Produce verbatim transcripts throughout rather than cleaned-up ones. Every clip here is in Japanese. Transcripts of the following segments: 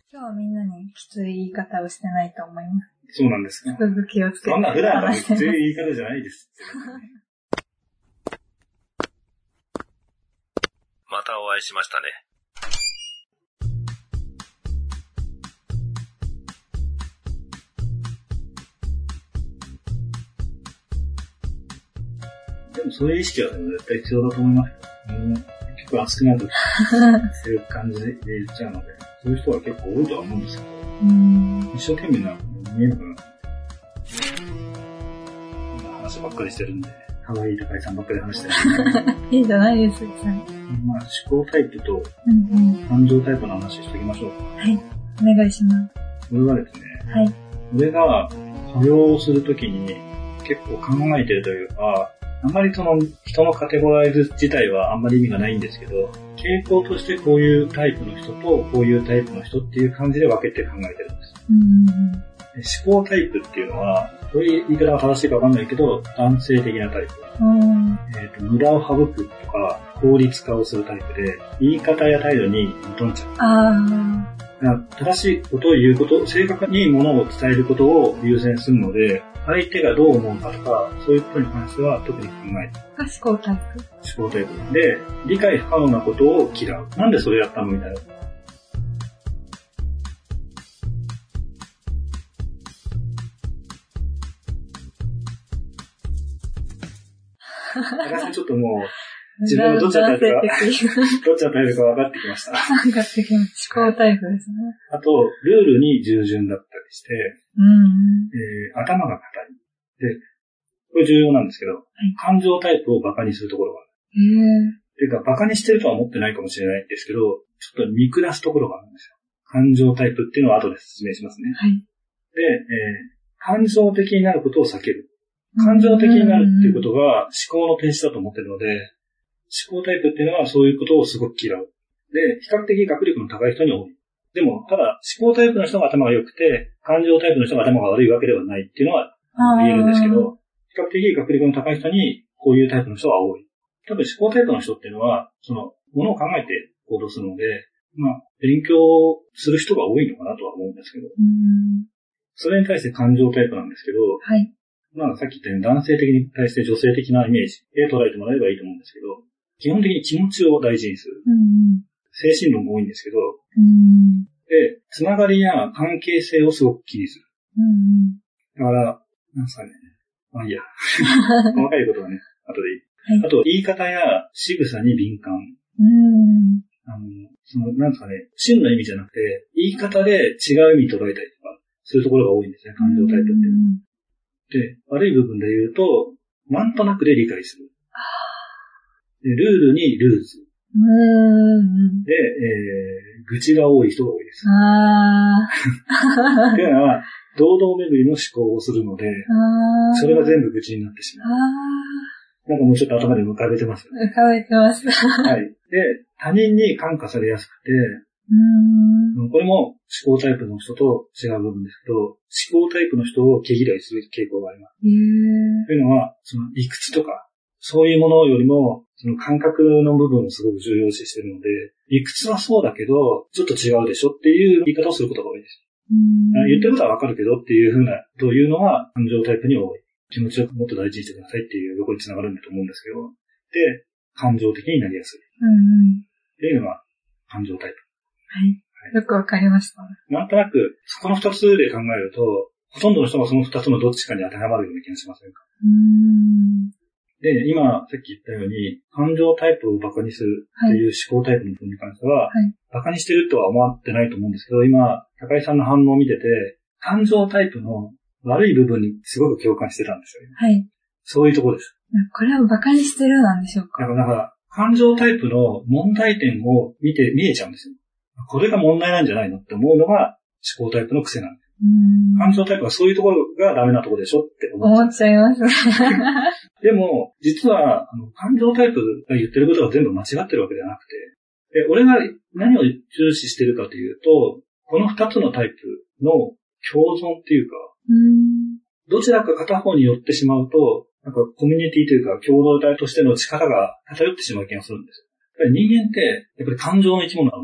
今日はみんなにきつい言い方をしてないと思います。 そうなんですか。 すぐ気をつけて。 そんな普段からきつい言い方じゃないです。 またお会いしましたね。 でもそういう意識は絶対必要だと思います。うん、結構熱くなるそういう感じで言っちゃうので、そういう人は結構多いとは思うんですけど、うん一生懸命な見えるかな。今話ばっかりしてるんで、可愛い高井さんばっかり話してる。 いいじゃないですか。 まあ思考タイプと感情タイプの話しておきましょうか。 はい、お願いします。 これはですね、 はい。 俺が雇用するときに結構考えてるというか、あまりその人のカテゴライズ自体はあんまり意味がないんですけど、傾向としてこういうタイプの人とこういうタイプの人っていう感じで分けて考えてるんです。うん思考タイプっていうのは、どういう言い方が正しいか分かんないけど、男性的なタイプ。うんえーと、無駄を省くとか効率化をするタイプで、言い方や態度に求めちゃう。あ正しいことを言うこと、正確にものを伝えることを優先するので、相手がどう思うかとか、そういうことに関しては特に考えてる。思考タイプ思考タイプ。で、理解不可能なことを嫌う。なんでそれやったのみたいな。私ちょっともう、自分がどっちだったか、どっちだったか分かってきました。 分かってきました。思考タイプですね。 あと、ルールに従順だったりして、うんえー、頭が硬い。で、これ重要なんですけど、はい、感情タイプをバカにするところがある。へー。ていうか、バカにしてるとは思ってないかもしれないんですけど、ちょっと見下すところがあるんですよ。感情タイプっていうのは後で説明しますね。はい。で、えー、感情的になることを避ける。感情的になるっていうことが思考の天使だと思ってるので、思考タイプっていうのはそういうことをすごく嫌う。で、比較的学力の高い人に多い。でも、ただ思考タイプの人が頭が良くて、感情タイプの人が頭が悪いわけではないっていうのは言えるんですけど、比較的学力の高い人にこういうタイプの人が多い。多分思考タイプの人っていうのは、その、ものを考えて行動するので、まあ、勉強する人が多いのかなとは思うんですけど、それに対して感情タイプなんですけど、はい。まあさっき言ったように男性的に対して女性的なイメージで捉えてもらえばいいと思うんですけど、基本的に気持ちを大事にする。うん、精神論が多いんですけど、うん、で、つながりや関係性をすごく気にする。うん、だから、なんですかね。まあいいや。細かいことはね、後でいい。はい、あと、言い方や仕草に敏感。うん、あのそのなんですかね、真の意味じゃなくて、言い方で違う意味捉えたりとか、するところが多いんですね、感情タイプっていうのは。で、悪い部分で言うと、なんとなくで理解する。でルールにルーズ。うーんで、えー、愚痴が多い人が多いです。あっていうのは、堂々巡りの思考をするので、それが全部愚痴になってしまう。なんかもうちょっと頭で浮かべてますよね。 浮かべてます。 はい。で、他人に感化されやすくて、うーんこれも思考タイプの人と違う部分ですけど、思考タイプの人を毛嫌いする傾向があります。というのは、その理屈とか、そういうものよりも、その感覚の部分をすごく重要視しているので、理屈はそうだけど、ちょっと違うでしょっていう言い方をすることが多いです。うん言ってることはわかるけどっていうふうな、というのは感情タイプに多い。気持ちをもっと大事にしてくださいっていう横につながるんだと思うんですけど、で、感情的になりやすい。うんっていうのが感情タイプ。 はい。よくわかりました。 なんとなく、そこの二つで考えると、ほとんどの人がその二つのどっちかに当てはまるような気がしませんか？うーんで、今、さっき言ったように、感情タイプをバカにするっていう思考タイプの人に関しては、はい、バカにしてるとは思ってないと思うんですけど、今、高井さんの反応を見てて、感情タイプの悪い部分にすごく共感してたんですよ。はい。そういうところです。 これはバカにしてるなんでしょうか？ だから、だから感情タイプの問題点を見て、見えちゃうんですよ。これが問題なんじゃないのって思うのが思考タイプの癖なんです。うん感情タイプはそういうところがダメなところでしょって思っちゃいます。 でも、実はあの、感情タイプが言ってることが全部間違ってるわけではなくて、で俺が何を重視してるかというと、この二つのタイプの共存っていうか、うんどちらか片方に寄ってしまうと、なんかコミュニティというか共同体としての力が偏ってしまう気がするんですよ。人間って、やっぱり感情の生き物なので、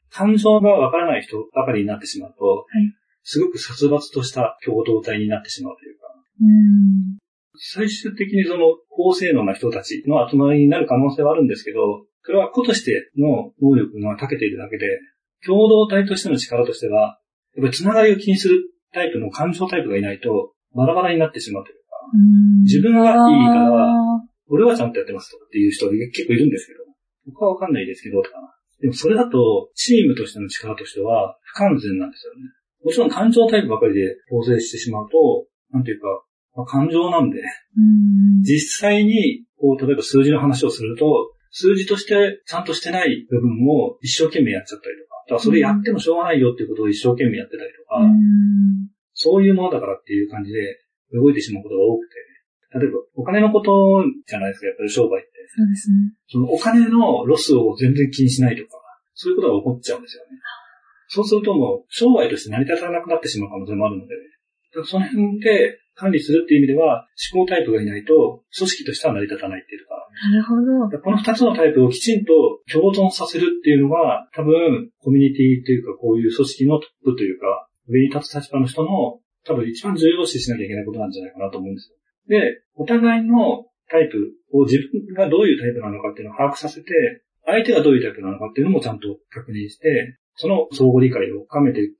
感情がわからない人ばかりになってしまうと、 はい、 すごく殺伐とした共同体になってしまうというか、 うーん最終的にその高性能な人たちの集まりになる可能性はあるんですけど、それは個としての能力が長けているだけで、共同体としての力としては、やっぱりつながりを気にするタイプの感情タイプがいないとバラバラになってしまうというか、 うーん自分がいいから、俺はちゃんとやってますとかっていう人が結構いるんですけど、僕はわかんないですけど、とかでもそれだとチームとしての力としては不完全なんですよね。もちろん感情タイプばかりで構成してしまうと、なんていうか、まあ、感情なんで、 うーん実際にこう例えば数字の話をすると、数字としてちゃんとしてない部分を一生懸命やっちゃったりとか、だからそれやってもしょうがないよっていうことを一生懸命やってたりとか、 うーんそういうものだからっていう感じで動いてしまうことが多くて、例えばお金のことじゃないですか、やっぱり商売って。 そうですね。 そのお金のロスを全然気にしないとか、そういうことが起こっちゃうんですよね。そうするともう商売として成り立たなくなってしまう可能性もあるので、だからその辺で管理するっていう意味では思考タイプがいないと組織としては成り立たないっていうか。 なるほど。 この二つのタイプをきちんと共存させるっていうのが多分コミュニティというかこういう組織のトップというか上に立つ立場の人の多分一番重要視しなきゃいけないことなんじゃないかなと思うんですよ。で、お互いのタイプを自分がどういうタイプなのかっていうのを把握させて、相手がどういうタイプなのかっていうのもちゃんと確認して、その相互理解を深めていって、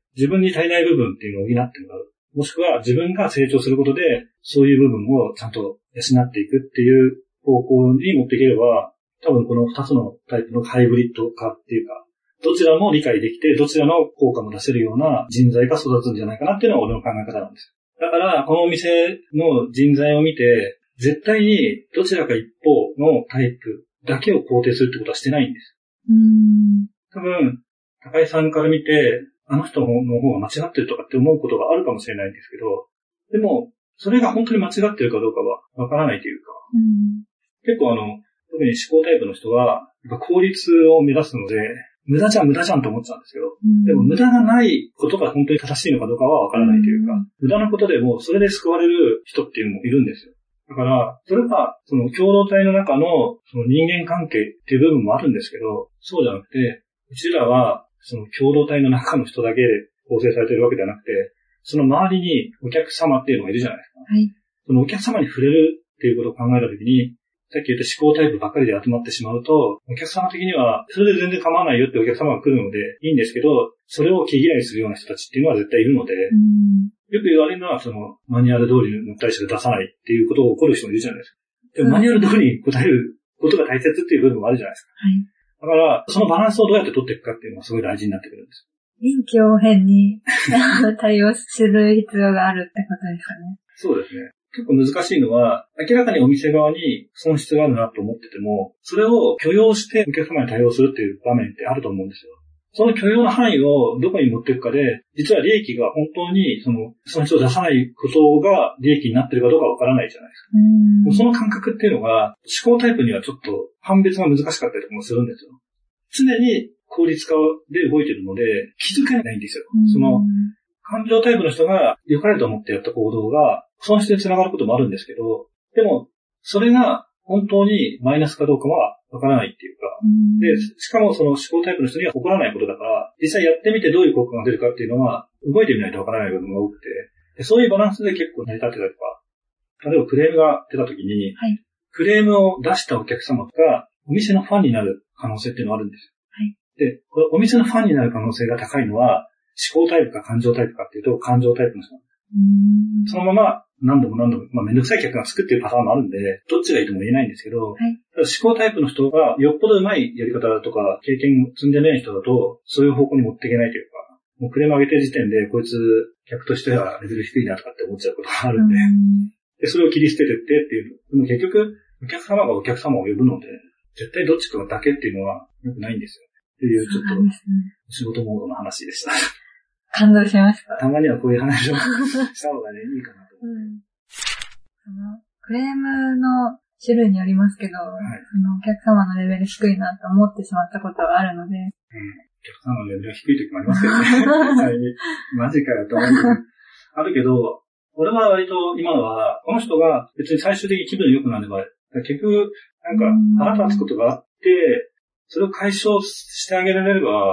自分に足りない部分っていうのを補ってもらう。もしくは自分が成長することで、そういう部分をちゃんと養っていくっていう方向に持っていければ、多分この二つのタイプのハイブリッド化っていうか、どちらも理解できて、どちらの効果も出せるような人材が育つんじゃないかなっていうのが俺の考え方なんですよ。だから、このお店の人材を見て、絶対にどちらか一方のタイプだけを肯定するってことはしてないんです。 うーん多分、高井さんから見て、あの人の方が間違ってるとかって思うことがあるかもしれないんですけど、でも、それが本当に間違ってるかどうかはわからないというか、 うん、 結構あの、特に思考タイプの人は、やっぱ効率を目指すので、無駄じゃん無駄じゃんと思っちゃうんですけど、うん、でも無駄がないことが本当に正しいのかどうかはわからないというか、うん、無駄なことでもそれで救われる人っていうのもいるんですよ。だから、それが、その共同体の中のその人間関係っていう部分もあるんですけど、そうじゃなくて、うちらはその共同体の中の人だけで構成されているわけではなくて、その周りにお客様っていうのがいるじゃないですか。 はい。 そのお客様に触れるっていうことを考えたときに、さっき言った思考タイプばっかりで集まってしまうと、お客様的には、それで全然構わないよってお客様が来るのでいいんですけど、それを毛嫌いするような人たちっていうのは絶対いるので、うんよく言われるのは、その、マニュアル通りの対処で出さないっていうことを起こる人もいるじゃないですか。でも、マニュアル通りに答えることが大切っていう部分もあるじゃないですか。はい。だから、そのバランスをどうやって取っていくかっていうのがすごい大事になってくるんです。 臨機応変に対応する必要があるってことですかね。 そうですね。結構難しいのは、明らかにお店側に損失があるなと思ってても、それを許容してお客様に対応するっていう場面ってあると思うんですよ。その許容の範囲をどこに持っていくかで、実は利益が本当にその損失を出さないことが利益になっているかどうかわからないじゃないですか。うんその感覚っていうのが思考タイプにはちょっと判別が難しかったりとかもするんですよ。常に効率化で動いているので気づかないんですよ。その感情タイプの人が良かれと思ってやった行動が損失につながることもあるんですけど、でもそれが本当にマイナスかどうかはわからないっていうか、で、しかもその思考タイプの人には起こらないことだから、実際やってみてどういう効果が出るかっていうのは、動いてみないとわからない部分が多くて、そういうバランスで結構成り立ってたりとか、例えばクレームが出た時に、はい、クレームを出したお客様がお店のファンになる可能性っていうのがあるんですよ。はい、で、これお店のファンになる可能性が高いのは、思考タイプか感情タイプかっていうと、感情タイプの人なんです。うーんそのまま何度も何度も、まあめんどくさい客がつくっていうパターンもあるんで、どっちがいいとも言えないんですけど、はい、思考タイプの人がよっぽど上手いやり方だとか、経験を積んでない人だと、そういう方向に持っていけないというか、もうクレーム上げてる時点で、こいつ客としてはレベル低いなとかって思っちゃうことがあるんで、んでそれを切り捨ててってっていう。でも結局、お客様がお客様を呼ぶので、絶対どっちかだけっていうのは良くないんですよ。っていうちょっと、仕事モードの話でした。 感動しました。 たまにはこういう話をした方がね、いいかなと思って。うんそのクレームの種類によりますけど、はい、そのお客様のレベル低いなと思ってしまったことがあるので、うん、 お客様のレベルが低い時もありますけどね。マジかよと思うあるけど、俺は割と今のはこの人が別に最終的に気分良くなれば、結局なんか腹立つことがあって、それを解消してあげられれば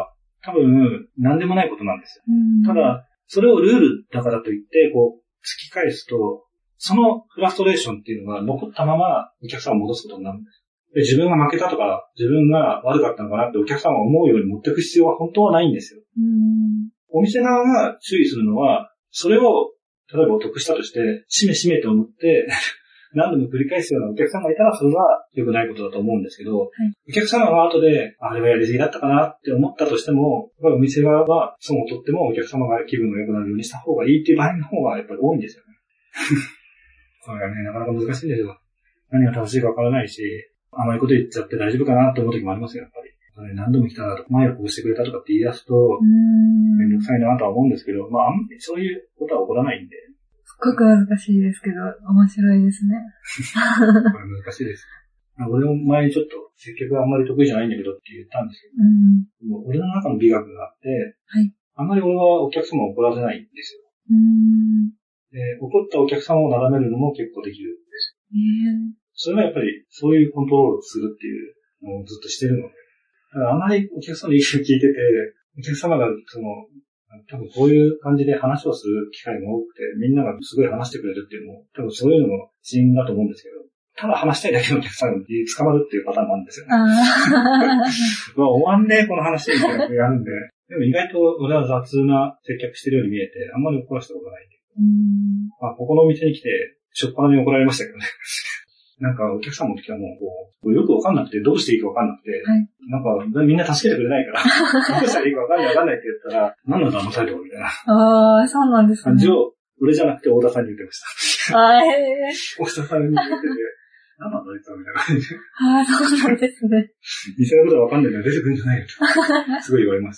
多分、何でもないことなんですよ。ただ、それをルールだからといって、こう、突き返すと、そのフラストレーションっていうのが残ったままお客さんを戻すことになるんです。で、自分が負けたとか、自分が悪かったのかなってお客さんが思うように持っていく必要は本当はないんですよ。お店側が注意するのは、それを、例えばお得したとして、しめしめと思って、何度も繰り返すようなお客さんがいたらそれは良くないことだと思うんですけど、はい、お客様が後で、あれはやりすぎだったかなって思ったとしても、お店側は損を取ってもお客様が気分が良くなるようにした方がいいっていう場合の方がやっぱり多いんですよね。これがね、なかなか難しいんですよ。何が正しいかわからないし、甘いこと言っちゃって大丈夫かなと思う時もありますよ、やっぱり。何度も来たとか、前をこうしてくれたとかって言い出すと、めんどくさいなとは思うんですけど、まあ、あんまりそういうことは起こらないんで。 すっごく難しいですけど、面白いですね。 これ難しいです。俺も前にちょっと接客があんまり得意じゃないんだけどって言ったんですけど、うん、もう俺の中の美学があって、はい、あんまり俺はお客様を怒らせないんですよ。うんで怒ったお客様をなだめるのも結構できるんです。えー、それはやっぱりそういうコントロールをするっていうのをずっとしてるので、だからあまりお客様の意見を聞いてて、お客様がその、多分こういう感じで話をする機会が多くて、みんながすごい話してくれるっていうのも、多分そういうのも一因だと思うんですけど、ただ話したいだけのお客さんが捕まるっていうパターンもあるんですよね。まあ終わんねえ、この話みたいなのやるんで。でも意外と俺は雑な接客してるように見えて、あんまり怒らせたことないんで。うんまあ、ここのお店に来て、しょっぱなに怒られましたけどね。なんかお客さんも来たらもうこう、よくわかんなくて、どうしていいかわかんなくて、はい、なんかみんな助けてくれないから、どうしたらいいかわかんないわかんないって言ったら、何なんだあの態度みたいな。 ああ、そうなんですね。 感じを、俺じゃなくて大田さんに言ってました。あーへー。大田さんに言ってて、何なんだあいつはみたいな感じで。 ああ、そうなんですね。 店のことはわかんないから出てくるんじゃないよと。すごい言われました。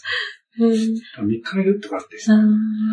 へー。みっかめとかってさ、あ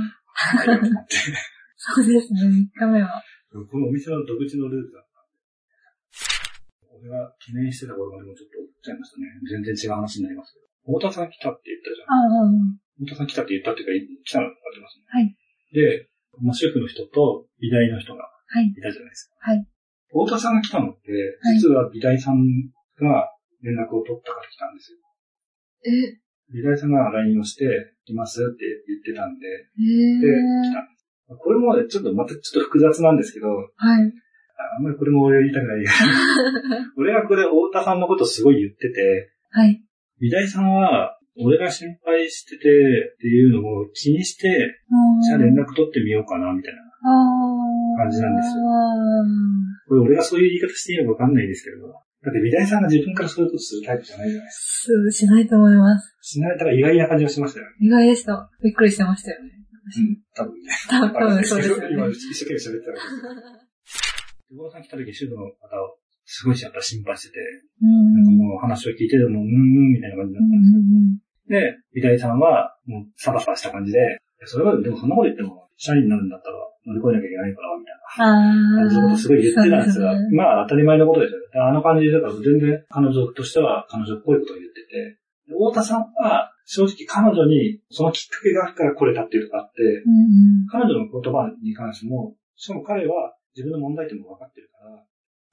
そうですね、みっかめは。 このお店の独自のルールだったんで。俺が懸念してたことがでもちょっと言っちゃいましたね。全然違う話になりますけど。太田さん来たって言ったじゃん。ああ、太田さん来たって言ったっていうか、来たのがありますね。はい。で、まあ、主婦の人と美大の人がいたじゃないですか。はい。太田さんが来たのって、実は美大さんが連絡を取ったから来たんですよ。え美大さんが ライン をして、来ますって言ってたんで、で、来たんです。これもちょっとまたちょっと複雑なんですけど、はい。あんまりこれも俺言いたくない。俺はこれ太田さんのことすごい言ってて、はい。美大さんは、俺が心配しててっていうのを気にして、じゃあ連絡取ってみようかな、みたいな感じなんですよ。これ俺がそういう言い方していいのかわかんないですけど、だって美大さんが自分からそういうことするタイプじゃないじゃないですか。そう、しないと思います。 しない、だから意外な感じがしましたよね。 意外でした。びっくりしてましたよね。 うん、多分ね。 多分そうですよね。 今一生懸命喋ってたわけですよ。小川さん来た時、主婦の方をすごいやっぱ心配してて、なんかもう話を聞いてても、うーん、みたいな感じだったんですよ。で、美大さんは、もうサバサバした感じで、それはでもそんなこと言っても、社員になるんだったら乗り越えなきゃいけないから、みたいな感じのことすごい言ってたんですが、まあ当たり前のことですよね。あの感じで、だから全然彼女としては彼女っぽいことを言ってて、太田さんは正直彼女にそのきっかけがあるから来れたっていうのがあって、うんうん、彼女の言葉に関しても、しかも彼は自分の問題点も分かってるから、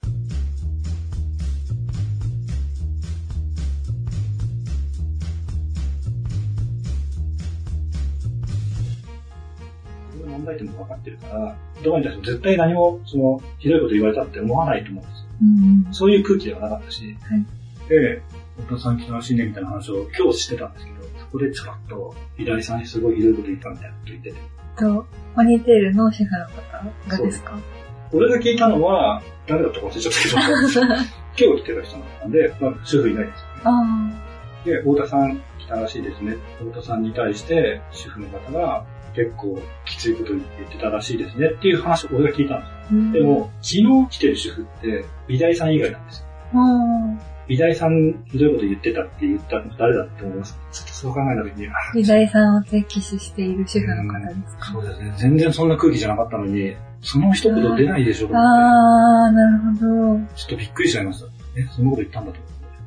自分の問題点も分かってるから、どうに対しても絶対何もそのひどいこと言われたって思わないと思うんですよ。うんうん、そういう空気ではなかったし、はい、で、太田さん来たらしいねみたいな話を今日してたんですけど、そこでちょっと美大さんにすごいひどいこと言ったみたいなこと言ってて。 と、ポニーテールのシェフの方がですか？ 俺が聞いたのは、誰だったか忘れちゃったけど、今日来てた人だったんで、まあ、主婦いないですよね。あで、太田さん来たらしいですね。太田さんに対して、主婦の方が結構きついこと言ってたらしいですねっていう話を俺が聞いたんですよ。でも、昨日来てる主婦って美大さん以外なんですよ。美大さんひどいこと言ってたって言ったの誰だって思います。ちょっとそう考えたときに。 美大さんを敵視している主婦の方ですか？ そうですね。全然そんな空気じゃなかったのに、その一言出ないでしょと思って。 あー、なるほど。 ちょっとびっくりしちゃいました。え、そんなこと言ったんだと思って。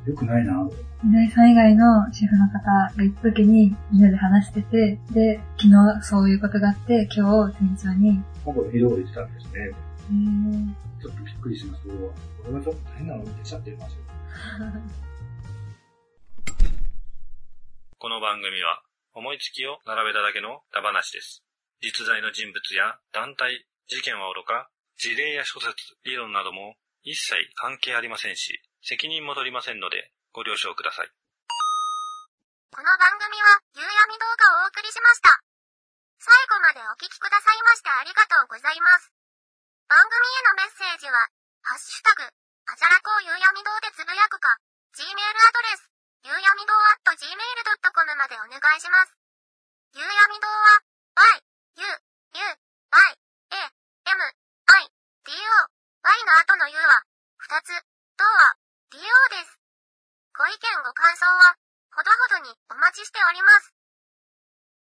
よくないな。 美大さん以外の主婦の方が行った時にみんなで話してて、で、昨日そういうことがあって、今日店長に。 なんかひどいこと言ってたんですね。へー。ちょっとびっくりしました。俺はちょっと変なの出ちゃってますよ。 この番組は思いつきを並べただけのダ話です。実在の人物や団体、事件はおろか、事例や諸説、理論なども一切関係ありませんし、責任も取りませんのでご了承ください。 この番組は夕闇動画をお送りしました。最後までお聞きくださいましてありがとうございます。番組へのメッセージは、ハッシュタグ、あじゃらこう夕闇堂でつぶやくか、Gmail アドレス、夕闇堂 at ジーメールドットコム までお願いします。夕闇堂は、y, u, u, y, a, m, i, d, o, y の後の u は、ふたつ、堂は、do です。ご意見ご感想は、ほどほどにお待ちしております。